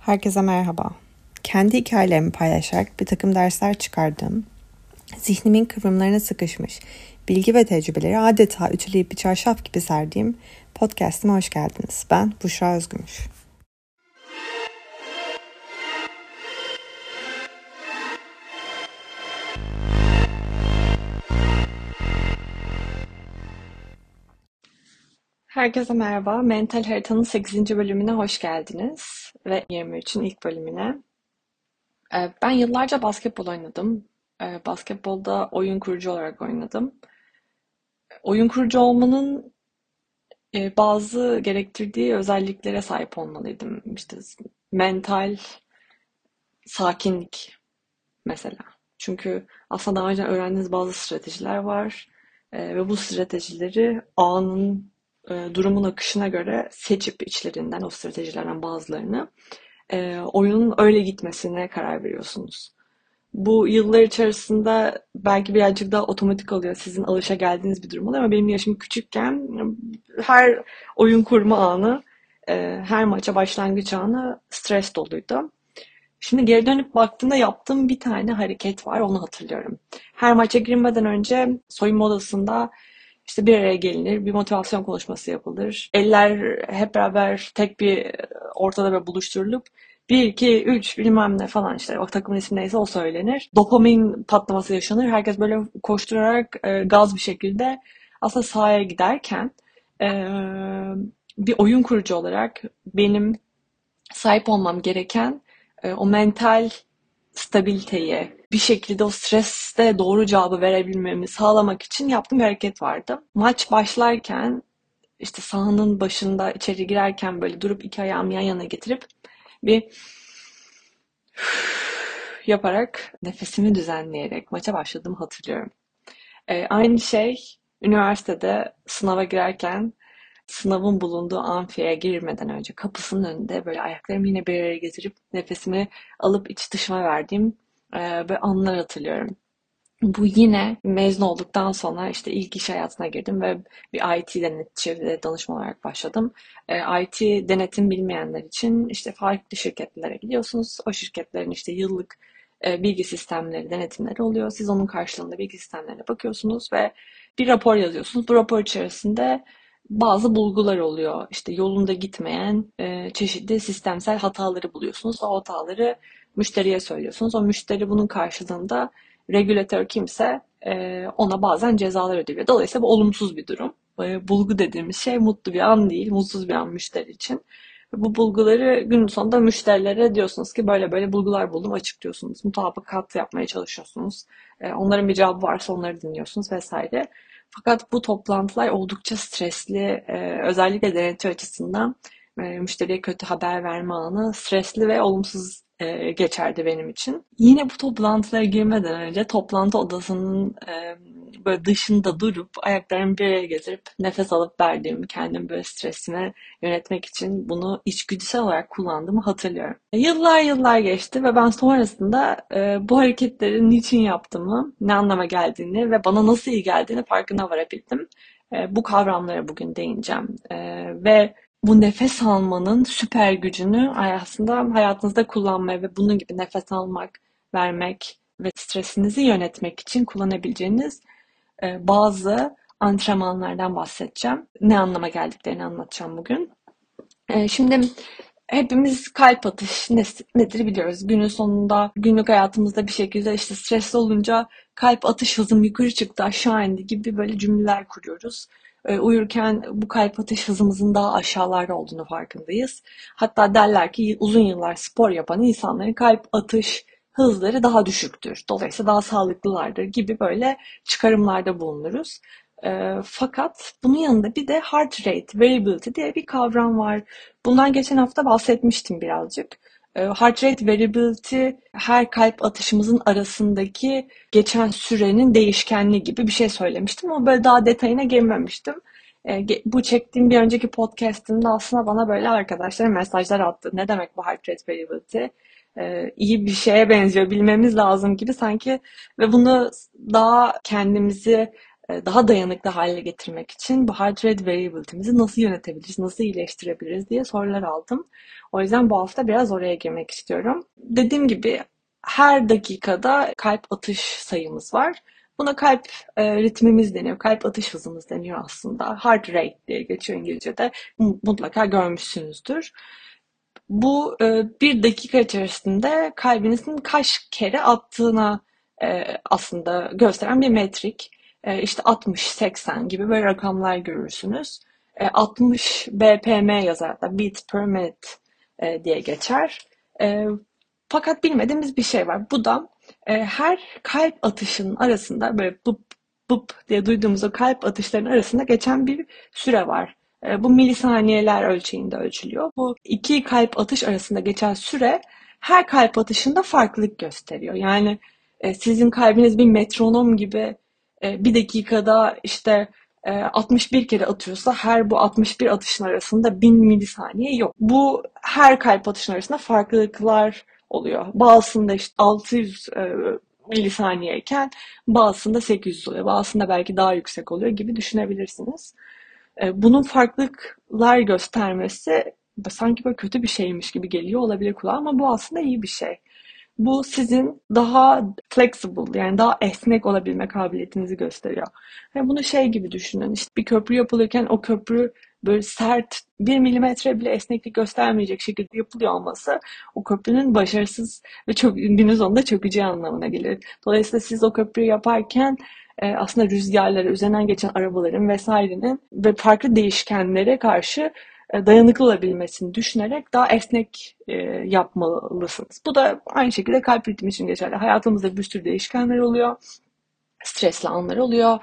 Herkese merhaba. Kendi hikayelerimi paylaşarak bir takım dersler çıkardığım, zihnimin kıvrımlarına sıkışmış bilgi ve tecrübeleri adeta ütüleyip bir çarşaf gibi serdiğim podcast'ime hoş geldiniz. Ben Büşra Özgümüş. Herkese merhaba. Mental Harita'nın 8. bölümüne hoş geldiniz ve 23'ün ilk bölümüne. Ben yıllarca basketbol oynadım. Basketbolda oyun kurucu olarak oynadım. Oyun kurucu olmanın bazı gerektirdiği özelliklere sahip olmalıydım. İşte mental sakinlik mesela. Çünkü aslında daha önce öğrendiğiniz bazı stratejiler var. Ve bu stratejileri anın durumun akışına göre seçip içlerinden o stratejilerden bazılarını oyunun öyle gitmesine karar veriyorsunuz. Bu yıllar içerisinde belki birazcık daha otomatik oluyor. Sizin alışa geldiğiniz bir durum oluyor ama benim yaşım küçükken her oyun kurma anı, her maça başlangıç anı stres doluydu. Şimdi geri dönüp baktığımda yaptığım bir tane hareket var, onu hatırlıyorum. Her maça girmeden önce soyunma odasında işte bir araya gelinir, bir motivasyon konuşması yapılır. Eller hep beraber tek bir ortada böyle buluşturulup 1, 2, 3 bilmem ne falan işte o takımın ismi neyse o söylenir. Dopamin patlaması yaşanır. Herkes böyle koşturarak gaz bir şekilde aslında sahaya giderken e, bir oyun kurucu olarak benim sahip olmam gereken o mental stabiliteyi bir şekilde o streste doğru cevabı verebilmemi sağlamak için yaptığım bir hareket vardı. Maç başlarken işte sahanın başında içeri girerken böyle durup iki ayağımı yan yana getirip bir yaparak nefesimi düzenleyerek maça başladığımı hatırlıyorum. Aynı şey üniversitede sınava girerken sınavın bulunduğu amfiye girmeden önce kapısının önünde böyle ayaklarımı yine bir araya getirip nefesimi alıp iç dışıma verdiğim böyle anlar hatırlıyorum. Bu yine mezun olduktan sonra işte ilk iş hayatına girdim ve bir IT denetçi danışman olarak başladım. IT denetim bilmeyenler için işte farklı şirketlere gidiyorsunuz. O şirketlerin işte yıllık bilgi sistemleri, denetimleri oluyor. Siz onun karşılığında bilgi sistemlerine bakıyorsunuz ve bir rapor yazıyorsunuz. Bu rapor içerisinde bazı bulgular oluyor. İşte yolunda gitmeyen çeşitli sistemsel hataları buluyorsunuz. O hataları müşteriye söylüyorsunuz. O müşteri bunun karşılığında regülatör kimse ona bazen cezalar ödüyor. Dolayısıyla bu olumsuz bir durum. Bulgu dediğimiz şey mutlu bir an değil, mutsuz bir an müşteri için. Bu bulguları günün sonunda müşterilere diyorsunuz ki böyle böyle bulgular buldum, açıklıyorsunuz. Mutabakat yapmaya çalışıyorsunuz. Onların bir cevabı varsa onları dinliyorsunuz vesaire. Fakat bu toplantılar oldukça stresli, özellikle denetçi açısından müşteriye kötü haber verme anı stresli ve olumsuz geçerdi benim için. Yine bu toplantılara girmeden önce toplantı odasının böyle dışında durup ayaklarımı bir araya getirip nefes alıp verdiğim kendim böyle stresimi yönetmek için bunu içgüdüsel olarak kullandığımı hatırlıyorum. Yıllar yıllar geçti ve ben sonrasında bu hareketleri niçin yaptığımı, ne anlama geldiğini ve bana nasıl iyi geldiğini farkına varabildim. Bu kavramlara bugün değineceğim. Ve bu nefes almanın süper gücünü aslında hayatınızda kullanmaya ve bunun gibi nefes almak, vermek ve stresinizi yönetmek için kullanabileceğiniz bazı antrenmanlardan bahsedeceğim. Ne anlama geldiklerini anlatacağım bugün. Şimdi hepimiz kalp atış nedir biliyoruz. Günün sonunda günlük hayatımızda bir şekilde işte stresli olunca kalp atış hızım yukarı çıktı, aşağı indi gibi böyle cümleler kuruyoruz. Uyurken bu kalp atış hızımızın daha aşağılarda olduğunu farkındayız. Hatta derler ki uzun yıllar spor yapan insanların kalp atış hızları daha düşüktür. Dolayısıyla daha sağlıklılardır gibi böyle çıkarımlarda bulunuruz. Fakat bunun yanında bir de heart rate variability diye bir kavram var. Bundan geçen hafta bahsetmiştim birazcık. Heart rate variability her kalp atışımızın arasındaki geçen sürenin değişkenliği gibi bir şey söylemiştim ama böyle daha detayına girmemiştim. Bu çektiğim bir önceki podcast'imde aslında bana böyle arkadaşlar mesajlar attı. Ne demek bu heart rate variability? İyi bir şeye benziyor, bilmemiz lazım gibi sanki ve bunu daha kendimizi daha dayanıklı hale getirmek için bu heart rate variability'mizi nasıl yönetebiliriz, nasıl iyileştirebiliriz diye sorular aldım. O yüzden bu hafta biraz oraya girmek istiyorum. Dediğim gibi her dakikada kalp atış sayımız var. Buna kalp ritmimiz deniyor, kalp atış hızımız deniyor aslında. Heart rate diye geçiyor İngilizce'de. Mutlaka görmüşsünüzdür. Bu bir dakika içerisinde kalbinizin kaç kere attığına aslında gösteren bir metrik. İşte 60, 80 gibi böyle rakamlar görürsünüz. 60 BPM yazar da beat per minute diye geçer. E, Fakat bilmediğimiz bir şey var. Bu da her kalp atışının arasında böyle bıp bıp diye duyduğumuz o kalp atışlarının arasında geçen bir süre var. Bu milisaniyeler ölçeğinde ölçülüyor. Bu iki kalp atış arasında geçen süre her kalp atışında farklılık gösteriyor. Yani sizin kalbiniz bir metronom gibi bir dakikada işte 61 kere atıyorsa her bu 61 atışın arasında 1000 milisaniye yok. Bu her kalp atışın arasında farklılıklar oluyor. Bazısında işte 600 milisaniyeyken bazısında 800 oluyor. Bazısında belki daha yüksek oluyor gibi düşünebilirsiniz. Bunun farklılıklar göstermesi sanki böyle kötü bir şeymiş gibi geliyor olabilir kulağa ama bu aslında iyi bir şey. Bu sizin daha flexible yani daha esnek olabilme kabiliyetinizi gösteriyor. Yani bunu şey gibi düşünün. İşte bir köprü yapılırken o köprü böyle sert 1 milimetre bile esneklik göstermeyecek şekilde yapılıyor olması o köprünün başarısız ve çok günün sonunda çökeceği anlamına gelir. Dolayısıyla siz o köprüyü yaparken aslında rüzgarlara, üzerinden geçen arabaların vesairenin ve farklı değişkenlere karşı dayanıklı olabilmesini düşünerek daha esnek yapmalısınız. Bu da aynı şekilde kalp ritmi için geçerli. Hayatımızda bir sürü değişkenler oluyor. Stresli anlar oluyor.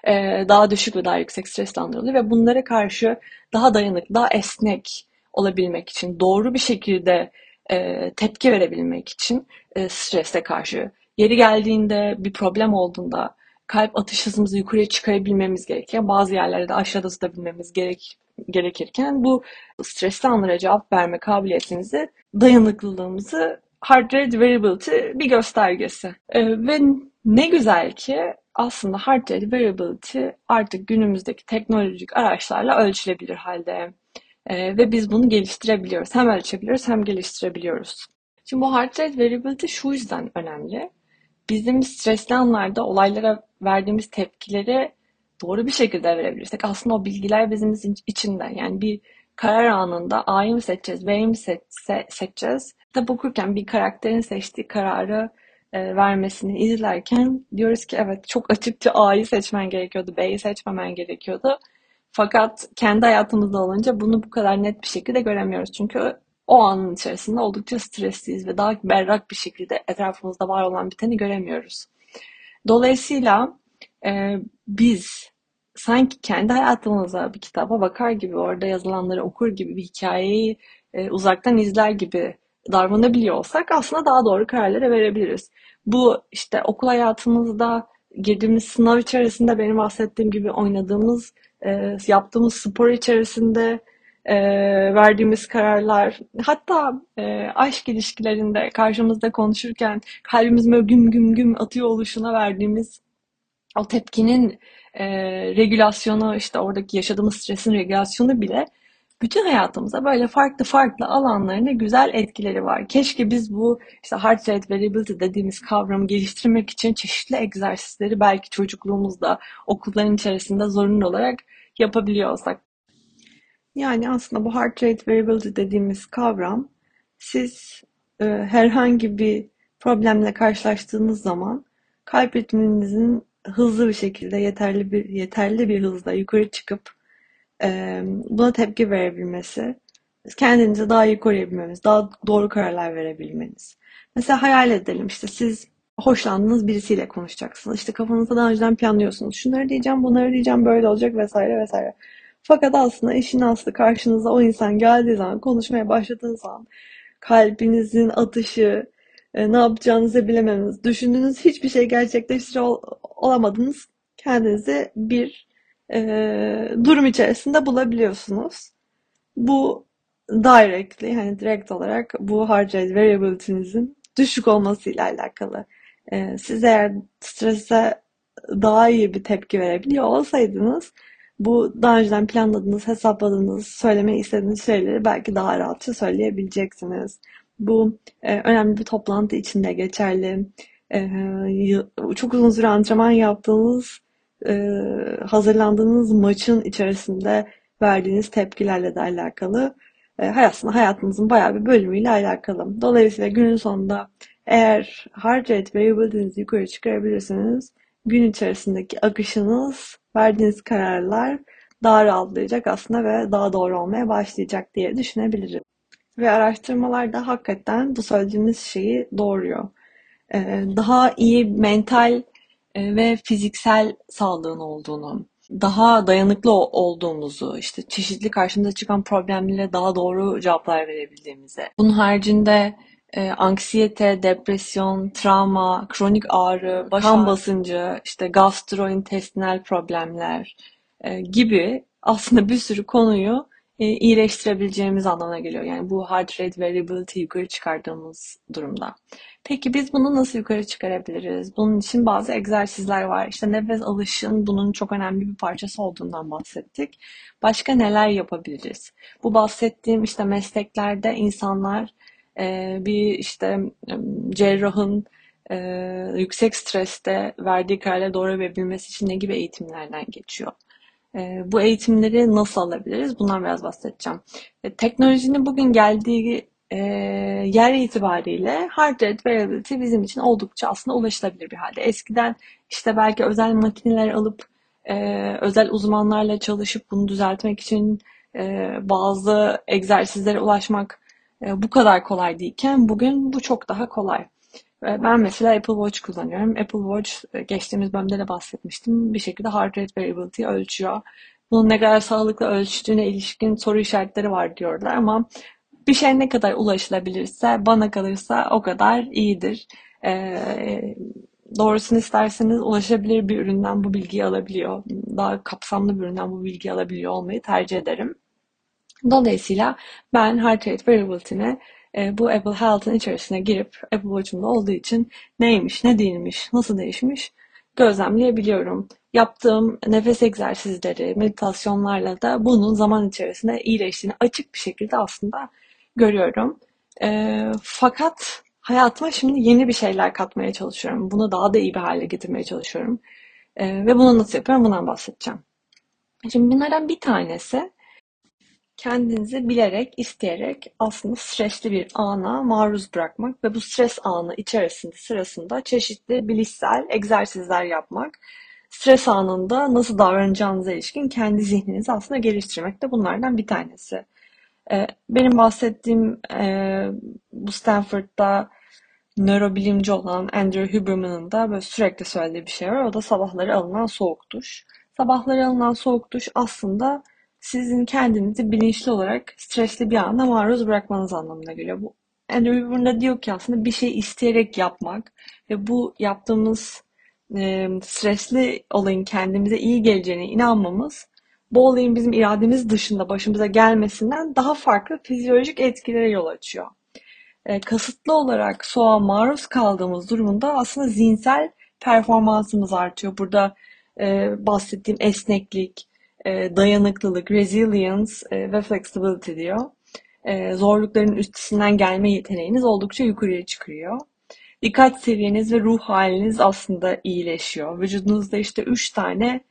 Daha düşük ve daha yüksek stresli anlar oluyor ve bunlara karşı daha dayanıklı, daha esnek olabilmek için, doğru bir şekilde tepki verebilmek için strese karşı yeri geldiğinde bir problem olduğunda kalp atış hızımızı yukarıya çıkarabilmemiz gerekiyor. Bazı yerlerde de aşağıda tutabilmemiz gerekirken bu stresli anlara cevap verme kabiliyetimizi, dayanıklılığımızı heart rate variability bir göstergesi. Ve ne güzel ki aslında heart rate variability artık günümüzdeki teknolojik araçlarla ölçülebilir halde. Ve biz bunu geliştirebiliyoruz. Hem ölçebiliyoruz hem geliştirebiliyoruz. Şimdi bu heart rate variability şu yüzden önemli. Bizim stresli anlarda olaylara verdiğimiz tepkileri doğru bir şekilde verebilirsek aslında o bilgiler bizim içinde. Yani bir karar anında A'yı mı seçeceğiz, B'yi mi seçeceğiz? Kitap okurken bir karakterin seçtiği kararı vermesini izlerken diyoruz ki evet çok açıkça A'yı seçmen gerekiyordu, B'yi seçmemen gerekiyordu. Fakat kendi hayatımızda olunca bunu bu kadar net bir şekilde göremiyoruz. Çünkü o anın içerisinde oldukça stresliyiz ve daha berrak bir şekilde etrafımızda var olan biteni göremiyoruz. Dolayısıyla biz sanki kendi hayatımıza bir kitaba bakar gibi, orada yazılanları okur gibi, bir hikayeyi uzaktan izler gibi davranabiliyor olsak aslında daha doğru kararları verebiliriz. Bu işte okul hayatımızda girdiğimiz sınav içerisinde benim bahsettiğim gibi oynadığımız, yaptığımız spor içerisinde verdiğimiz kararlar, hatta aşk ilişkilerinde karşımızda konuşurken kalbimiz böyle güm güm güm atıyor oluşuna verdiğimiz o tepkinin regülasyonu, işte oradaki yaşadığımız stresin regülasyonu bile bütün hayatımıza böyle farklı farklı alanlarında güzel etkileri var. Keşke biz bu işte heart rate variability dediğimiz kavramı geliştirmek için çeşitli egzersizleri belki çocukluğumuzda okulların içerisinde zorunlu olarak yapabiliyor olsak. Yani aslında bu heart rate variability dediğimiz kavram siz herhangi bir problemle karşılaştığınız zaman kalp ritminizin hızlı bir şekilde yeterli bir hızda yukarı çıkıp buna tepki verebilmesi, kendinizi daha iyi koruyabilmeniz, daha doğru kararlar verebilmeniz. Mesela hayal edelim işte siz hoşlandığınız birisiyle konuşacaksınız. İşte kafanızda daha önceden planlıyorsunuz. Şunları diyeceğim, bunları diyeceğim, böyle olacak vesaire vesaire. Fakat aslında işin aslı karşınıza o insan geldiği zaman, konuşmaya başladığınız zaman kalbinizin atışı, ne yapacağınızı bilememeniz, düşündüğünüz hiçbir şey olamadınız. Kendinizi bir durum içerisinde bulabiliyorsunuz. Bu directly hani direkt olarak bu heart rate variability'nizin düşük olmasıyla alakalı. Siz eğer strese daha iyi bir tepki verebiliyor olsaydınız bu daha önceden planladığınız, hesapladığınız, söylemeyi istediğiniz şeyleri belki daha rahatça söyleyebileceksiniz. Bu önemli bir toplantı içinde geçerli. E, Çok uzun süre antrenman yaptığınız, e, hazırlandığınız maçın içerisinde verdiğiniz tepkilerle de alakalı. Aslında hayatınızın bayağı bir bölümüyle alakalı. Dolayısıyla günün sonunda eğer heart rate variability'nizi yukarı çıkarabilirsiniz, gün içerisindeki akışınız, verdiğiniz kararlar daha rahatlayacak aslında ve daha doğru olmaya başlayacak diye düşünebiliriz. Ve araştırmalar da hakikaten bu söylediğimiz şeyi doğuruyor. Daha iyi mental ve fiziksel sağlığın olduğunu, daha dayanıklı olduğumuzu, işte çeşitli karşımıza çıkan problemlere daha doğru cevaplar verebildiğimizi. Bunun haricinde anksiyete, depresyon, travma, kronik ağrı, kan basıncı, işte gastrointestinal problemler gibi aslında bir sürü konuyu iyileştirebileceğimiz anlamına geliyor. Yani bu heart rate variability yukarı çıkardığımız durumda. Peki biz bunu nasıl yukarı çıkarabiliriz? Bunun için bazı egzersizler var. İşte nefes alışın bunun çok önemli bir parçası olduğundan bahsettik. Başka neler yapabiliriz? Bu bahsettiğim işte mesleklerde insanlar bir işte cerrahın e, yüksek streste verdiği kararları doğru verebilmesi için ne gibi eğitimlerden geçiyor? Bu eğitimleri nasıl alabiliriz? Bundan biraz bahsedeceğim. Teknolojinin bugün geldiği yer itibariyle heart rate variability bizim için oldukça aslında ulaşılabilir bir halde. Eskiden işte belki özel makineler alıp özel uzmanlarla çalışıp bunu düzeltmek için bazı egzersizlere ulaşmak bu kadar kolay değilken bugün bu çok daha kolay. Ben mesela Apple Watch kullanıyorum. Apple Watch geçtiğimiz bölümde de bahsetmiştim. Bir şekilde heart rate variability ölçüyor. Bunun ne kadar sağlıklı ölçtüğüne ilişkin soru işaretleri var diyorlar ama bir şey ne kadar ulaşılabilirse bana kalırsa o kadar iyidir. Doğrusunu isterseniz ulaşabilir bir üründen bu bilgiyi alabiliyor. Daha kapsamlı bir üründen bu bilgiyi alabiliyor olmayı tercih ederim. Dolayısıyla ben heart rate variability'ne bu Apple Health'ın içerisine girip Apple Watch'umda olduğu için neymiş, ne değilmiş, nasıl değişmiş gözlemleyebiliyorum. Yaptığım nefes egzersizleri, meditasyonlarla da bunun zaman içerisinde iyileştiğini açık bir şekilde aslında görüyorum. Fakat hayatıma şimdi yeni bir şeyler katmaya çalışıyorum. Bunu daha da iyi bir hale getirmeye çalışıyorum. Ve bunu nasıl yapıyorum? Bundan bahsedeceğim. Şimdi bunlardan bir tanesi kendinizi bilerek, isteyerek aslında stresli bir ana maruz bırakmak ve bu stres anı içerisinde sırasında çeşitli bilişsel egzersizler yapmak. Stres anında nasıl davranacağınıza ilişkin kendi zihninizi aslında geliştirmek de bunlardan bir tanesi. Benim bahsettiğim bu Stanford'da nörobilimci olan Andrew Huberman'ın da böyle sürekli söylediği bir şey var. O da sabahları alınan soğuk duş. Sabahları alınan soğuk duş aslında sizin kendinizi bilinçli olarak stresli bir anda maruz bırakmanız anlamına geliyor. Bu Andrew Huberman da diyor ki aslında bir şey isteyerek yapmak ve bu yaptığımız stresli olayın kendimize iyi geleceğine inanmamız bu olayın bizim irademiz dışında başımıza gelmesinden daha farklı fizyolojik etkilere yol açıyor. Kasıtlı olarak soğuğa maruz kaldığımız durumunda aslında zihinsel performansımız artıyor. Burada bahsettiğim esneklik, dayanıklılık, resilience ve flexibility diyor. Zorlukların üstesinden gelme yeteneğiniz oldukça yukarıya çıkıyor. Dikkat seviyeniz ve ruh haliniz aslında iyileşiyor. Vücudunuzda işte 3 tane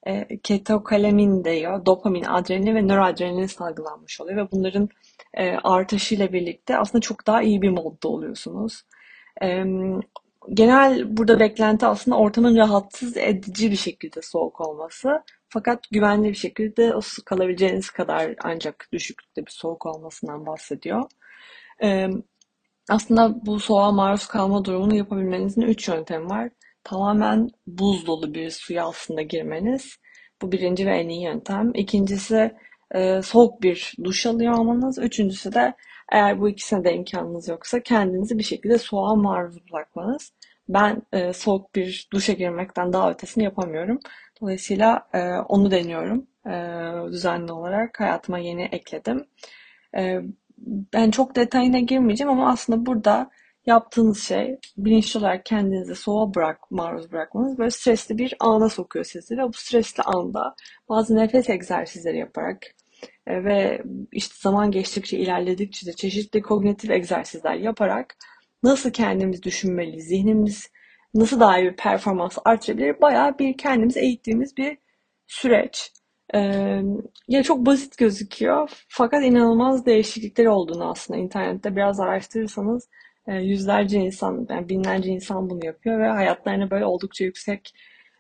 ketekolamin diyor, dopamin, adrenalin ve nöroadrenalin salgılanmış oluyor ve bunların artışıyla birlikte aslında çok daha iyi bir modda oluyorsunuz. E, Genel burada beklenti aslında ortamın rahatsız edici bir şekilde soğuk olması. Fakat güvenli bir şekilde o kalabileceğiniz kadar ancak düşüklükte bir soğuk olmasından bahsediyor. E, Aslında bu soğuğa maruz kalma durumunu yapabilmenizin 3 yöntemi var. Tamamen buz dolu bir suya aslında girmeniz. Bu birinci ve en iyi yöntem. İkincisi soğuk bir duş alıyor olmanız. Üçüncüsü de eğer bu ikisine de imkanınız yoksa kendinizi bir şekilde soğuğa maruz bırakmanız. Ben soğuk bir duşa girmekten daha ötesini yapamıyorum. Dolayısıyla onu deniyorum düzenli olarak. Hayatıma yeni ekledim. Ben çok detayına girmeyeceğim ama aslında burada yaptığınız şey bilinçli olarak kendinizi soğuğa maruz bırakmanız böyle stresli bir ana sokuyor sizi ve bu stresli anda bazı nefes egzersizleri yaparak ve işte zaman geçtikçe ilerledikçe de çeşitli kognitif egzersizler yaparak nasıl kendimiz düşünmeliyiz, zihnimiz nasıl daha iyi bir performans artırabilir, bayağı bir kendimizi eğittiğimiz bir süreç. Ee, Ya çok basit gözüküyor fakat inanılmaz değişiklikleri olduğunu aslında internette biraz araştırırsanız yüzlerce insan, yani binlerce insan bunu yapıyor ve hayatlarına böyle oldukça yüksek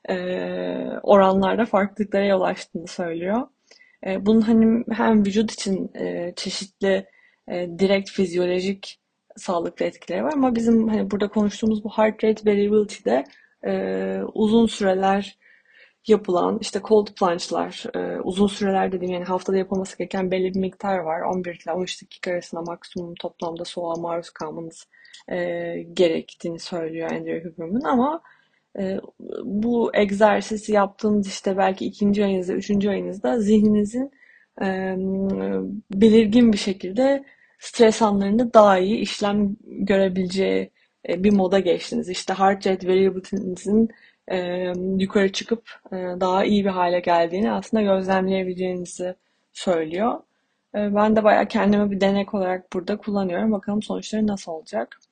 oranlarda farklılıklara yol açtığını söylüyor. Bunun hani hem vücut için çeşitli direkt fizyolojik sağlıklı etkileri var ama bizim hani burada konuştuğumuz bu heart rate variability'de uzun süreler yapılan işte cold plunge'lar, uzun süreler dediğim yani haftada yapılması gereken belli bir miktar var. 11 ile 13 dakika arasında maksimum toplamda soğuğa maruz kalmanız gerektiğini söylüyor Andrew Huberman ama e, bu egzersizi yaptığınız işte belki ikinci ayınızda, üçüncü ayınızda zihninizin e, belirgin bir şekilde stres anlarında daha iyi işlem görebileceği bir moda geçtiniz. İşte heart rate variability'nizin yukarı çıkıp daha iyi bir hale geldiğini aslında gözlemleyebileceğinizi söylüyor. Ben de bayağı kendime bir denek olarak burada kullanıyorum. Bakalım sonuçları nasıl olacak.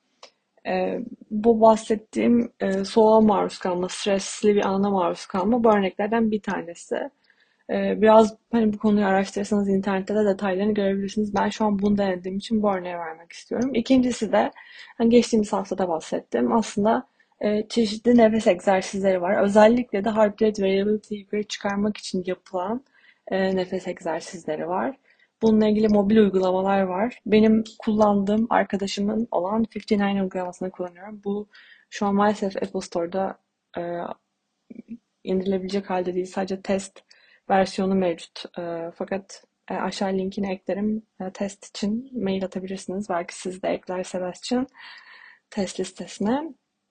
Bu bahsettiğim soğuğa maruz kalma, stresli bir ana maruz kalma bu örneklerden bir tanesi. Biraz hani bu konuyu araştırırsanız internette de detaylarını görebilirsiniz. Ben şu an bunu denediğim için bu örneği vermek istiyorum. İkincisi de hani geçtiğimiz haftada bahsettim. Aslında çeşitli nefes egzersizleri var. Özellikle de heart rate variability'yi yukarı çıkarmak için yapılan nefes egzersizleri var. Bununla ilgili mobil uygulamalar var. Benim kullandığım arkadaşımın olan 59 uygulamasını kullanıyorum. Bu şu an maalesef Apple Store'da e, indirilebilecek halde değil. Sadece test versiyonu mevcut. Fakat aşağı linkini eklerim. Test için mail atabilirsiniz. Belki siz de ekler için test listesine.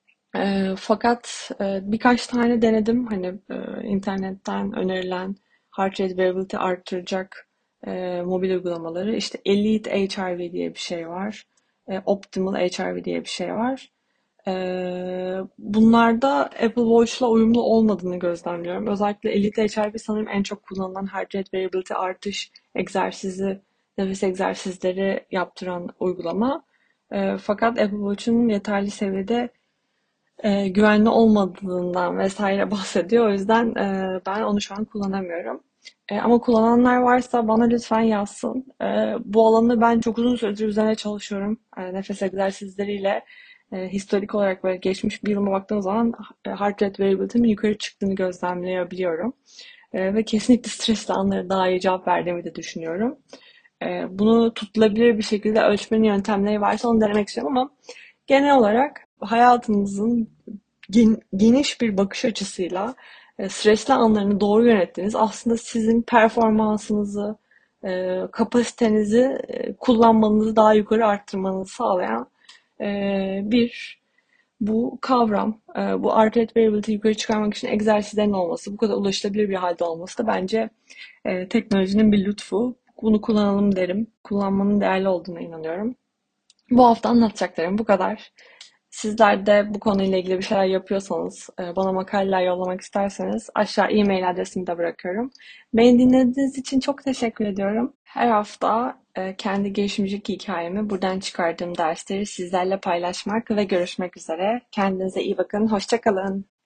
Fakat birkaç tane denedim. Hani internetten önerilen heart rate variability arttıracak mobil uygulamaları. İşte Elite HRV diye bir şey var. Optimal HRV diye bir şey var. Bunlarda Apple Watch'la uyumlu olmadığını gözlemliyorum. Özellikle Elite HRV sanırım en çok kullanılan heart rate variability artış egzersizi, nefes egzersizleri yaptıran uygulama. Fakat Apple Watch'un yeterli seviyede güvenli olmadığından vesaire bahsediyor. O yüzden ben onu şu an kullanamıyorum. Ama kullananlar varsa bana lütfen yazsın. Bu alanı ben çok uzun süredir üzerine çalışıyorum. Nefes egzersizleriyle historik olarak böyle geçmiş bir yılıma baktığım zaman heart rate variability'min yukarı çıktığını gözlemleyebiliyorum. Ve kesinlikle stresli anlara daha iyi cevap verdiğimi de düşünüyorum. Bunu tutulabilir bir şekilde ölçmenin yöntemleri varsa onu denemek istiyorum ama genel olarak hayatınızın geniş bir bakış açısıyla stresli anlarını doğru yönettiğiniz aslında sizin performansınızı, kapasitenizi kullanmanızı daha yukarı arttırmanızı sağlayan bir bu kavram, bu heart rate variability yukarı çıkarmak için egzersizlerin olması, bu kadar ulaşılabilir bir halde olması da bence teknolojinin bir lütfu. Bunu kullanalım derim. Kullanmanın değerli olduğuna inanıyorum. Bu hafta anlatacaklarım bu kadar. Sizler de bu konuyla ilgili bir şeyler yapıyorsanız, bana makaleler yollamak isterseniz aşağı e-mail adresimi de bırakıyorum. Beni dinlediğiniz için çok teşekkür ediyorum. Her hafta kendi gelişimcilik hikayemi, buradan çıkardığım dersleri sizlerle paylaşmak ve görüşmek üzere. Kendinize iyi bakın, hoşça kalın.